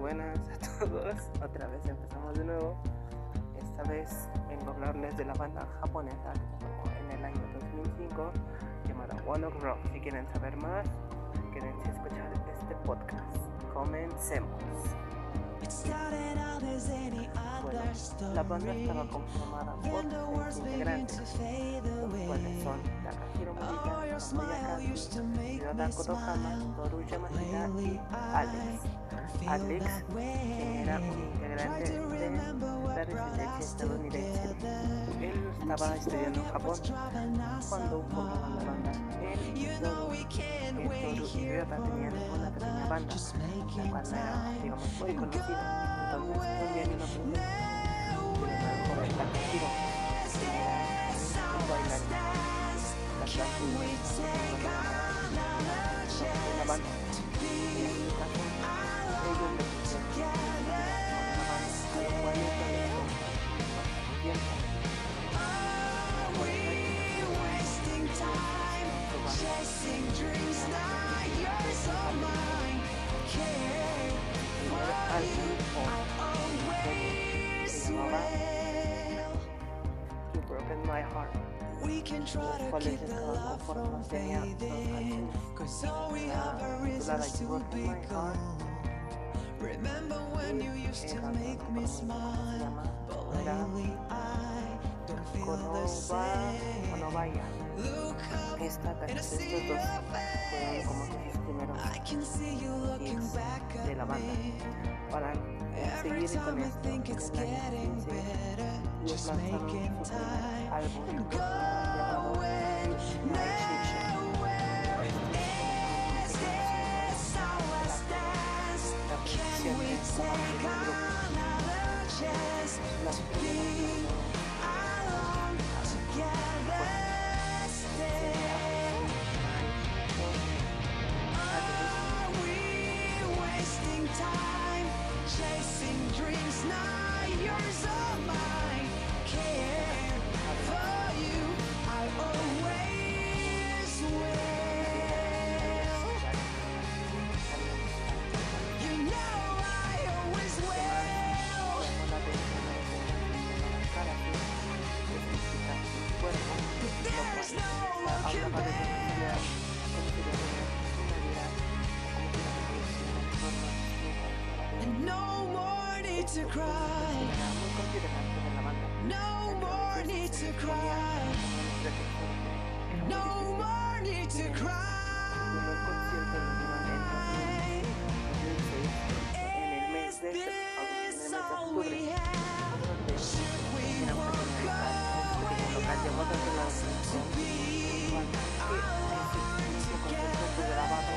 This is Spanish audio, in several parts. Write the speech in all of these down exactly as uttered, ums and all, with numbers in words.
buenas a todos. Otra vez empezamos de nuevo. Esta vez vengo a hablarles de la banda japonesa que se formó en el año dos mil cinco llamada One Ok Rock. Si quieren saber más, quieren escuchar este podcast, comencemos. Bueno, la banda estaba conformada por seis integrantes, los cuales son Takahiro Morita, Tomoya Kaji, Ryota Kotohama, Toru Yamashita y Alex. Alex, quien era un integrante de la resistencia estadounidense. Él estaba estudiando en Japón cuando formaron la banda. Él y Toru, eh, Toru y Ryota tenían una pequeña banda, la cual no era, digamos, muy conocida. Entonces, un día en una pregunta, el joven Takahiro, un bailarín, cantante de la banda, y en este caso, ellos le pusieron una banda a lo cual le dieron tiempo. Broken My Heart, los cuales estaban conformados, tenía dos canciones, la titulada You Broken My Heart y el canción como se llama era Konoba, Konobaya. Esta canción, estos dos fueron como sus primeros hits de la banda. Para seguir con esto, en el año quince ellos lanzaron su primer álbum llamado Night Shift. La producción de esta parte del grupo, la primera to cry. No more need to cry. No more need to cry. Is this all we have? Should we walk away to be alone together?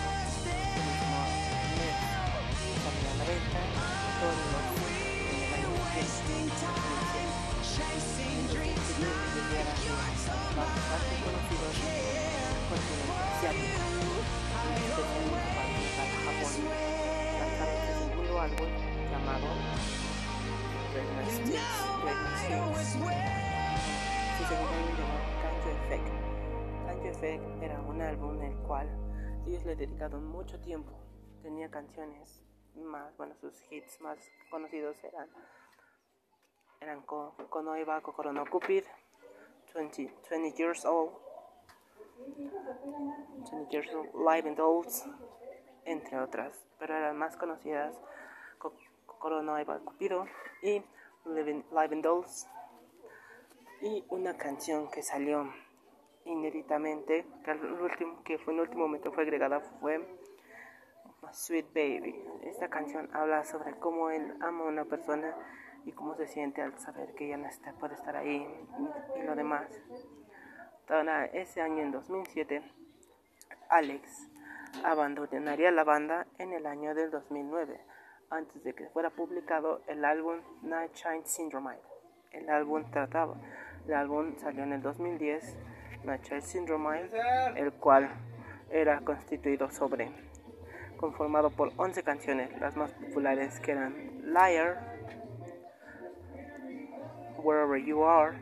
Wasting time, chasing dreams, now you're so mine. Care for you, I always will. Segundo álbum llamado Greatness Hits. Su segundo álbum llamado Kanjo Effect. Kanjo Effect era un álbum en el cual ellos le dedicaron mucho tiempo. Tenía canciones más, bueno, sus hits más conocidos eran eran Konoiba Kokoro no Cupid, twenty, twenty years old, twenty years old, Live in Dolls, entre otras, pero eran más conocidas Kokoro no Iba Cupido y Live in, Live in Dolls, y una canción que salió inéditamente, que, el último, que fue en el último momento fue agregada, fue Sweet Baby. Esta canción habla sobre cómo él ama a una persona y cómo se siente al saber que ella no está, puede estar ahí y, y lo demás. Ahora, ese año, en dos mil siete, Alex abandonaría la banda en el año del dos mil nueve, antes de que fuera publicado el álbum Night Shine Syndrome. El álbum trataba, el álbum salió en el dos mil diez, Night Shine Syndrome, el cual era constituido sobre, conformado por once canciones, las más populares que eran Liar, Wherever You Are,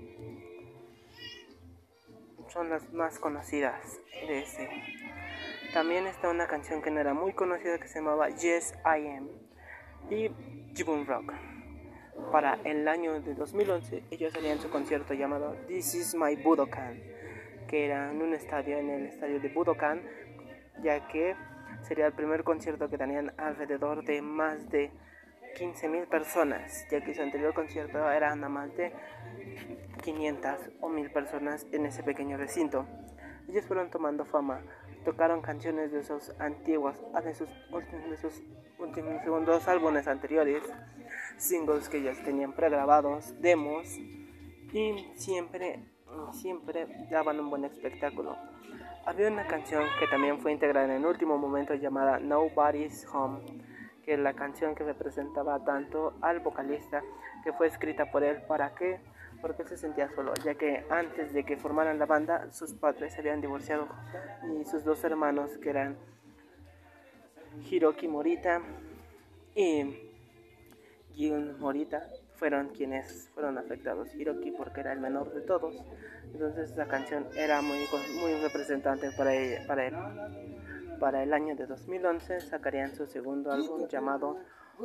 son las más conocidas de ese. También está una canción que no era muy conocida que se llamaba Yes I Am y Gibbon Rock. Para el año de dos mil once ellos harían su concierto llamado This Is My Budokan, que era en un estadio, en el estadio de Budokan, ya que sería el primer concierto que tenían alrededor de más de quince mil personas, ya que su anterior concierto era nada más de quinientas o mil personas en ese pequeño recinto. Ellos fueron tomando fama, tocaron canciones de sus antiguos, de sus, de sus últimos segundos álbumes anteriores, singles que ellos tenían pregrabados, demos, y siempre, siempre daban un buen espectáculo. Había una canción que también fue integrada en el último momento llamada Nobody's Home, que es la canción que representaba tanto al vocalista, que fue escrita por él para que, porque se sentía solo, ya que antes de que formaran la banda sus padres se habían divorciado y sus dos hermanos, que eran Hiroki Morita y Jun Morita, fueron quienes fueron afectados. Hiroki porque era el menor de todos, entonces la canción era muy, muy representante para, ella, para él. Para el año de dos mil once sacarían su segundo álbum llamado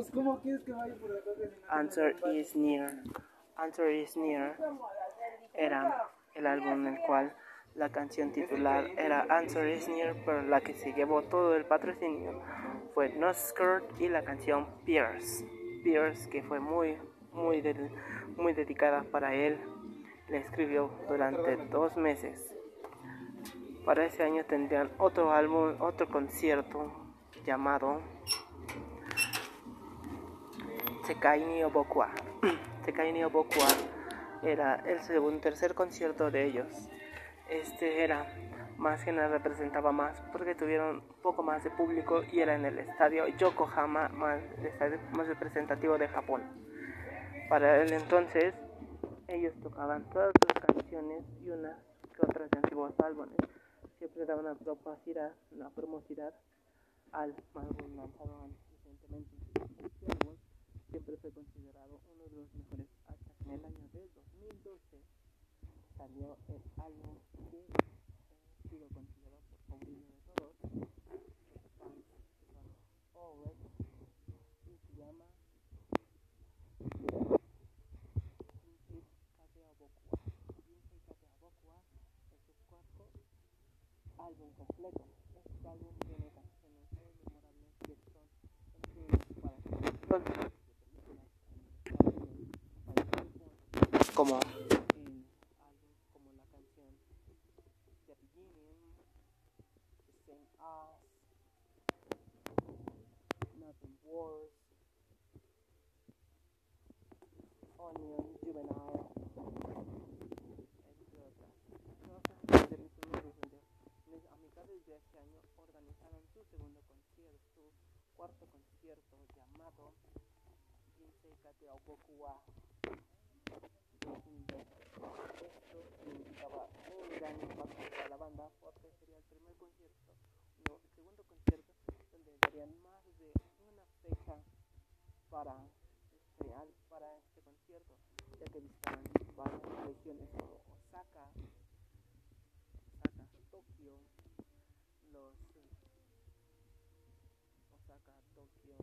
Answer Is Near. Answer Is Near era el álbum en el cual la canción titular era Answer Is Near, pero la que se llevó todo el patrocinio fue No Skirt y la canción Pierce. Pierce, que fue muy, muy, de, muy dedicada para él, la escribió durante dos meses. Para ese año tendrían otro álbum, otro concierto llamado Sekai ni Obokwa. Sekai ni Obokwa era el segundo, tercer concierto de ellos. Este era más que nada, representaba más porque tuvieron un poco más de público y era en el estadio Yokohama, más, el estadio más representativo de Japón. Para el entonces ellos tocaban todas sus canciones y unas que otras de antiguos álbumes. Siempre daban una promocidad, una promocidad al álbum lanzado recientemente. Este álbum siempre fue considerado uno de los mejores hasta que en el año de dos mil doce salió el álbum que ha sido considerado por favorito de todos los fans, que son Always, y se llama Jinsei Kate Abokua. Jinsei Kate Abokua es su cuarto álbum completo. Este álbum tiene canciones muy memorables que son para producción como en álbumes como la canción The Beginning, The Same As, Nothing Worse, Onion, Juvenile, entre otras. Entonces, a mitades de este año organizaron su segundo concierto, su cuarto concierto llamado Jinsei Kate Abokua dos mil doce. Esto significaba un gran impacto para la banda porque sería el primer concierto, no, el segundo concierto donde darían más de una fecha para real para este concierto, ya que visitaban varias regiones como Osaka, Osaka, Tokio, los Osaka, Tokio,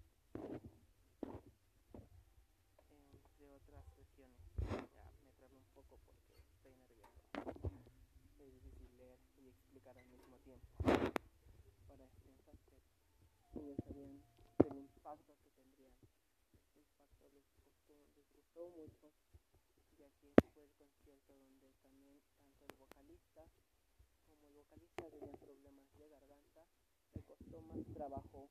entre otras regiones. Ya me trabo un poco porque estoy nervioso. Es difícil leer y explicar al mismo tiempo. Para este impacto, ellos sabían del impacto que tendrían. Este impacto les gustó, les gustó mucho, ya que fue el concierto donde también tanto el vocalista como el vocalista tenían problemas de garganta. Le costó más trabajo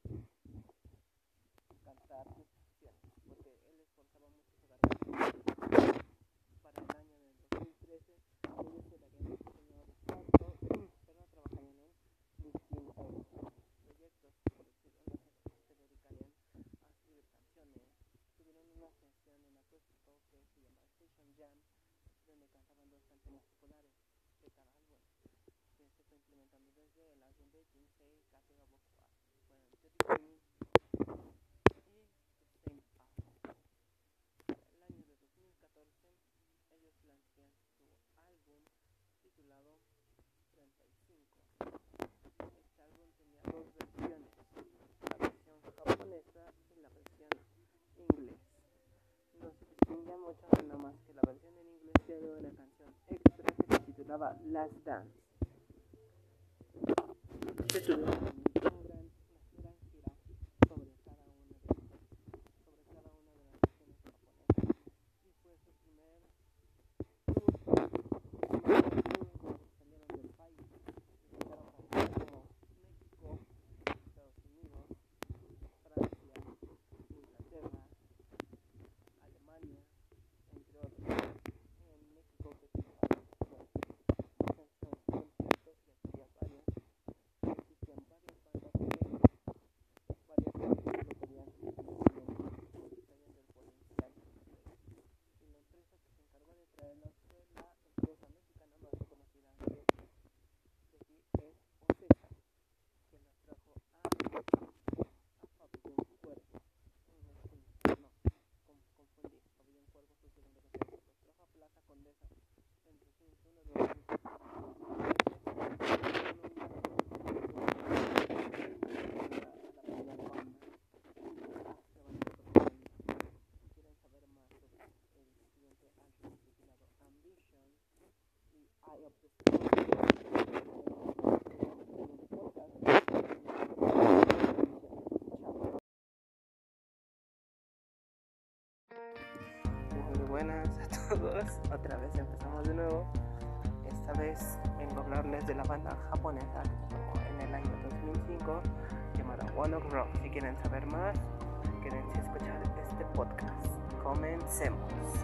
cantar sus canciones porque él esforzaba mucho su garganta. Para el año del dos mil trece ellos se darían un pequeño descanso, pero no trabajarían en distintos proyectos, por decirlo, no se dedicarían a escribir canciones. Tuvieron una sesión en acústico que se llama Session Jam, donde cantaban dos canciones populares de cada álbum, que se fue implementando desde el álbum de Jinsei Kate Abokua. Bueno, The Beginning y The Same As. El año de dos mil catorce ellos lanzaron su álbum titulado treinta y cinco. Este álbum llamaba Last Dance. Se tuvo una gran, una gran gira sobre cada una de las, sobre cada una de las regiones japonesas y fue su primer tour, su primer tour cuando salieron del país. Visitaron países como México, Estados Unidos, Francia, Inglaterra, Alemania, entre otros. En México que tenía, bueno, un concierto y hacía varios, existían varias bandas que varias bandas lo querían inicialmente, sabían del potencial de ellos. Y la empresa que se encargó de traerlos fue la empresa mexicana más reconocida de, de aquí, es Ocesa, que las trajo a, a Pabellón Cuervo. No, no, com, confundí, Pabellón Cuervo fue el segundo concierto, los trajo a Plaza Condesa en Recién uno de los Muy buenas a todos, otra vez empezamos de nuevo. Esta vez vengo a hablarles de la banda japonesa que se formó en el año dos mil cinco llamada One Ok Rock. Si quieren saber más, quédense a escuchar este podcast. Comencemos.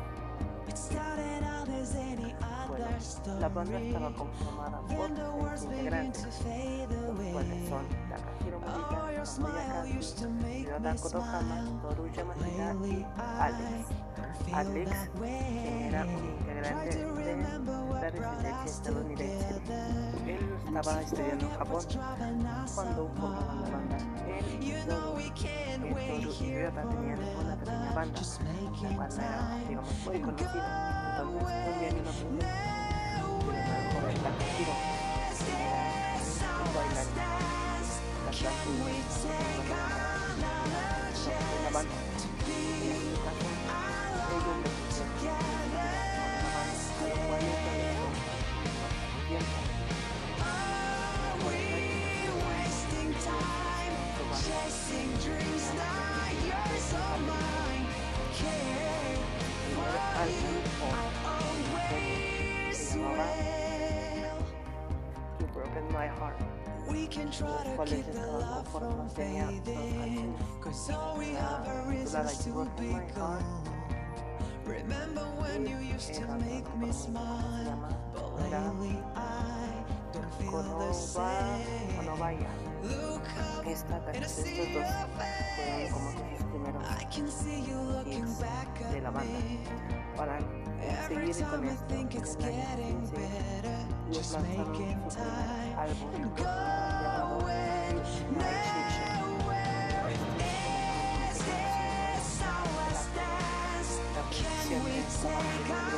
Bueno, la banda estaba conformada por seis integrantes, los cuales son Takahiro Morita, Nobuya Kaji, Ryota Kotohama, Toru Yamashita y Alex. Alex, quien era un integrante de la descendencia estadounidense. Él estaba estudiando en Japón cuando formaron la banda. Él y Toru, eh, Toru y Ryota tenían una pequeña banda, la cual era, digamos, muy conocida. Entonces, un día en una reunión, se le trajo el Takahiro, que era un bailarín, cantante y una banda. Y en este caso, ellos le pusieron una banda, a lo cual nunca le dio tiempo. You Broken My Heart, los cuales estaban conformados, tenía dos canciones, la titulada You Broken My Heart y era otra que se llama Konoba, Konobaya. Esta, estos dos fueron como que sus primeros hits de la banda. Para seguir con esto, en el año quince les lanzaron su primer álbum llamado Night Shift. La producción de este grupo,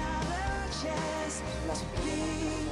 la primera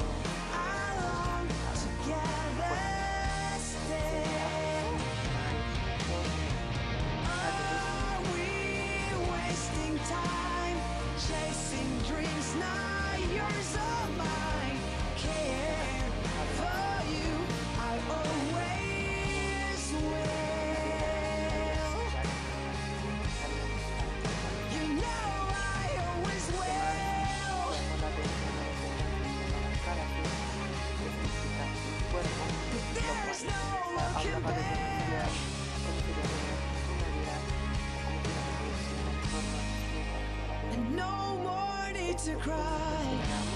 to cry.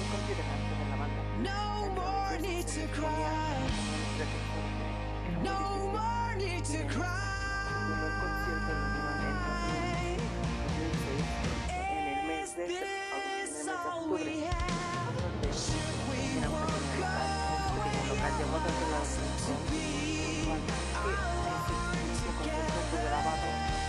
No more need to cry. No more need to cry. Is this all we have? Should we walk up to be alone together?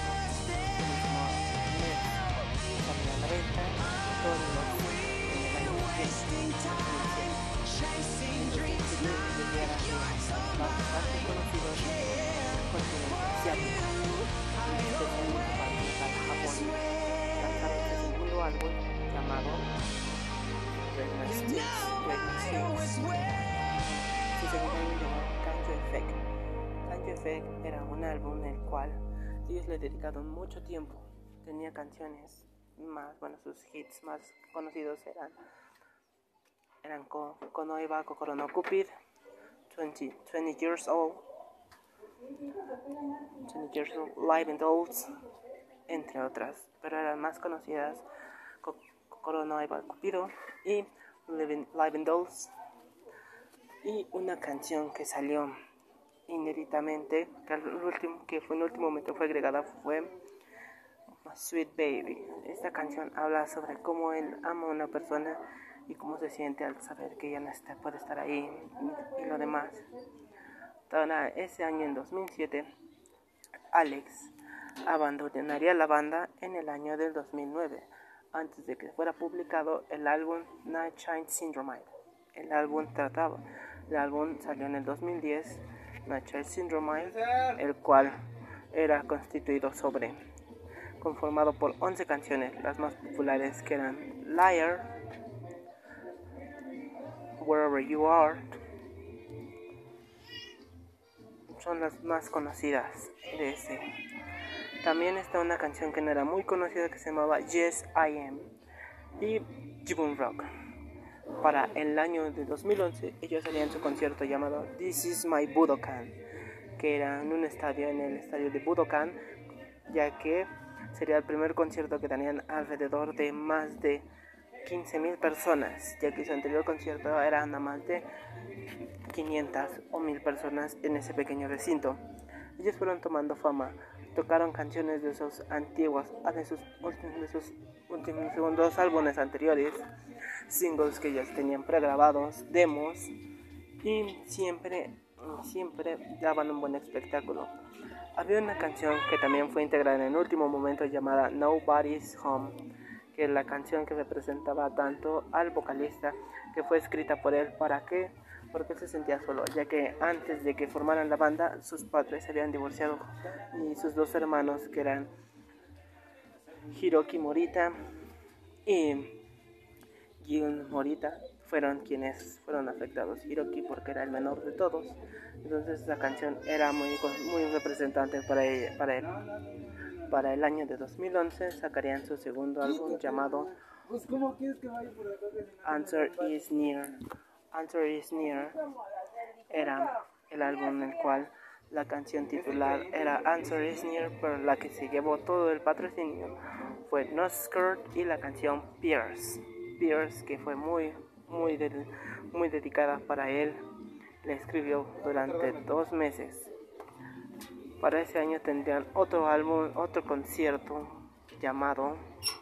Wasting time, chasing dreams, not your time. Care for you, I always will. Álbum llamado Britney Spears. Britney Spears. Su segundo álbum llamado Kanjo Effect. Kanjo Effect era un álbum en el cual ellos le dedicaron mucho tiempo. Tenía canciones más, bueno, sus hits más conocidos eran eran Konoiba Kokoro no Cupid, twenty, twenty Years Old, twenty Years Old, Live in Dolls, entre otras, pero eran más conocidas Kokoro no Iba Cupido y Live in Dolls, y una canción que salió inéditamente, que, al último, que fue en el último momento fue agregada, fue Sweet Baby. Esta canción habla sobre cómo él ama a una persona y cómo se siente al saber que ella no está, puede estar ahí y, y lo demás. Ahora, ese año, en dos mil siete, Alex abandonaría la banda en el año del dos mil nueve, antes de que fuera publicado el álbum Night Shine Syndrome. El álbum trataba, el álbum salió en el dos mil diez, Night Shine Syndrome, el cual era constituido sobre, conformado por once canciones, las más populares que eran Liar, Wherever You Are, son las más conocidas de ese. También está una canción que no era muy conocida que se llamaba Yes I Am y Jibun Rock. Para el año de dos mil once ellos salían su concierto llamado This Is My Budokan, que era en un estadio, en el estadio de Budokan, ya que sería el primer concierto que tenían alrededor de más de quince mil personas, ya que su anterior concierto era nada más de quinientas o mil personas en ese pequeño recinto. Ellos fueron tomando fama, tocaron canciones de sus antiguos, de sus últimos, de sus últimos segundos álbumes anteriores, singles que ellos tenían pregrabados, demos, y siempre, siempre daban un buen espectáculo. Había una canción que también fue integrada en el último momento llamada Nobody's Home, que es la canción que representaba tanto al vocalista, que fue escrita por él para que, porque él se sentía solo, ya que antes de que formaran la banda sus padres se habían divorciado y sus dos hermanos, que eran Hiroki Morita y Jun Morita, fueron quienes fueron afectados. Hiroki porque era el menor de todos, entonces la canción era muy, muy representante para, ella, para él. Para el año de dos mil once sacarían su segundo álbum llamado Answer Is Near. Answer Is Near era el álbum en el cual la canción titular era Answer Is Near, pero la que se llevó todo el patrocinio fue No Skirt y la canción Pierce. Pierce, que fue muy, muy, de, muy dedicada para él, la escribió durante dos meses. Para ese año tendrían otro álbum, otro concierto llamado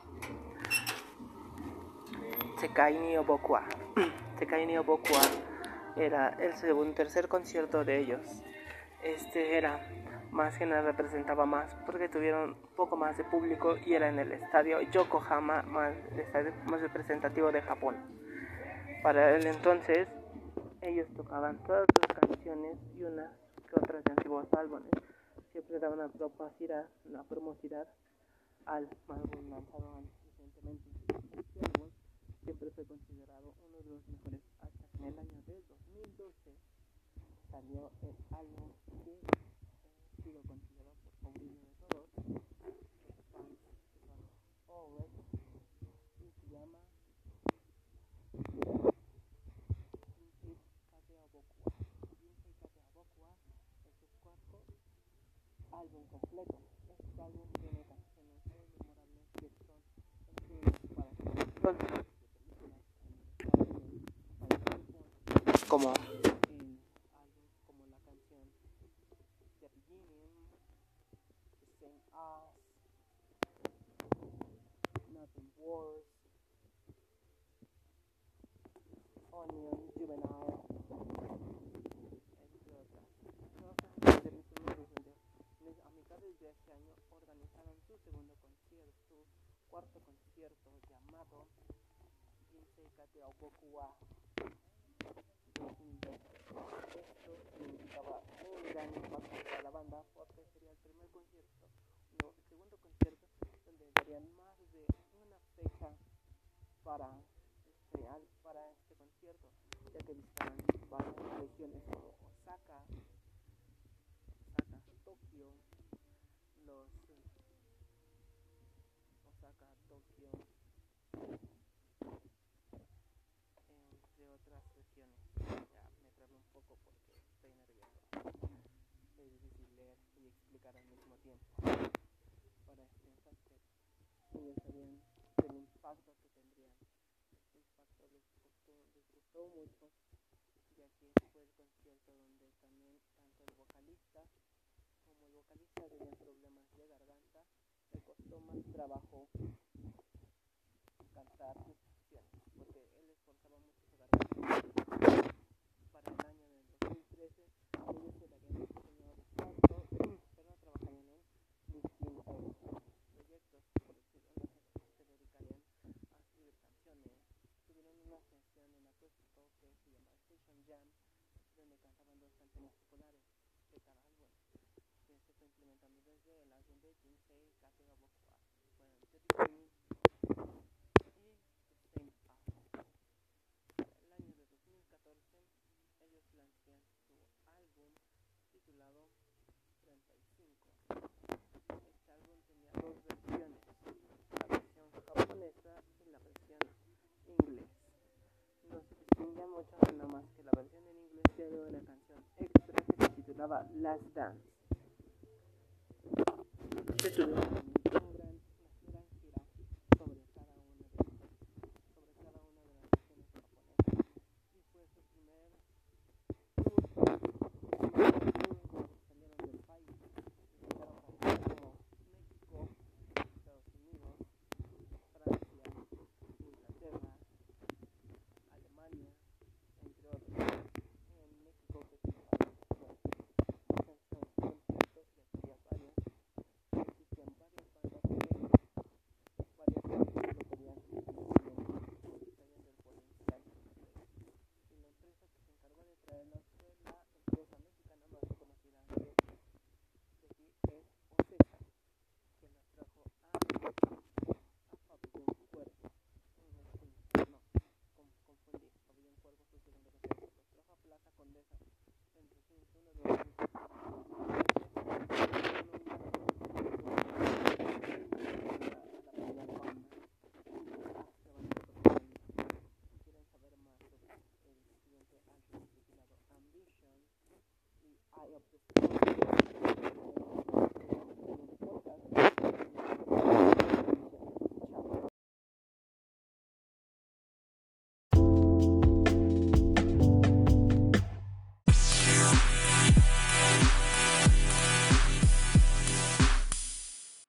Sekai ni Obokwa. Sekai ni Obokwa era el segundo, tercer concierto de ellos. Este era más que nada, representaba más porque tuvieron un poco más de público y era en el estadio Yokohama, más, el estadio más representativo de Japón. Para el entonces ellos tocaban todas sus canciones y unas que otras de antiguos álbumes. Siempre daban una promoción, una promoción al álbum lanzado recientemente. Este álbum siempre fue considerado uno de los mejores, hasta que en el año de dos mil doce salió el álbum que ha sido considerado por favorito de todos, fans que son Always, y se llama Jinsei Kate Obokwa. Jinsei Kate Obokwa es su cuarto álbum completo. Este álbum tiene canciones muy memorables que son para películas como el álbum, como la canción The Beginning, The Same As, Nothing Worse, Onion, Juvenile, entre otras. A mitades de este año organizaron su segundo concierto, su cuarto concierto llamado Jinsei Kate Obokwa dos mil doce. Esto significaba un gran impacto para la banda porque sería el primer concierto, no, el segundo concierto donde darían más de una fecha para, este, para ya que visitaban varias regiones como Osaka, Osaka, Tokio, los Osaka, Tokio, entre otras regiones. Ya me trabo un poco porque estoy nervioso. Es difícil leer y explicar al mismo tiempo. Para pensar que ellos sabían del impacto que tendrían. El impacto les gustó, les gustó mucho, ya que fue el concierto donde también tanto el vocalista como el vocalista tenían problemas de garganta. Le costó más trabajo cantar sus canciones porque él esforzaba mucho su garganta. Para el año del dos mil trece ellos se darían un pequeño descanso, pero trabajarían en distintos proyectos, por decirlo, en los que se dedicarían a escribir canciones. Tuvieron una sesión en acústico que se llama Station Jam, donde cantaban dos canciones populares de cada álbum, que se fue implementando desde el álbum de Jinsei Katega Bokwa. Fueron Dirty y The Same Hour. El año de dos mil catorce ellos lanzarían su álbum titulado treinta y cinco. Este álbum tenía dos versiones, la versión japonesa y la versión inglés. No se distinguía mucho, nada más que la versión en inglés tenía una canción extra que se titulaba Last Dance. Se tuvieron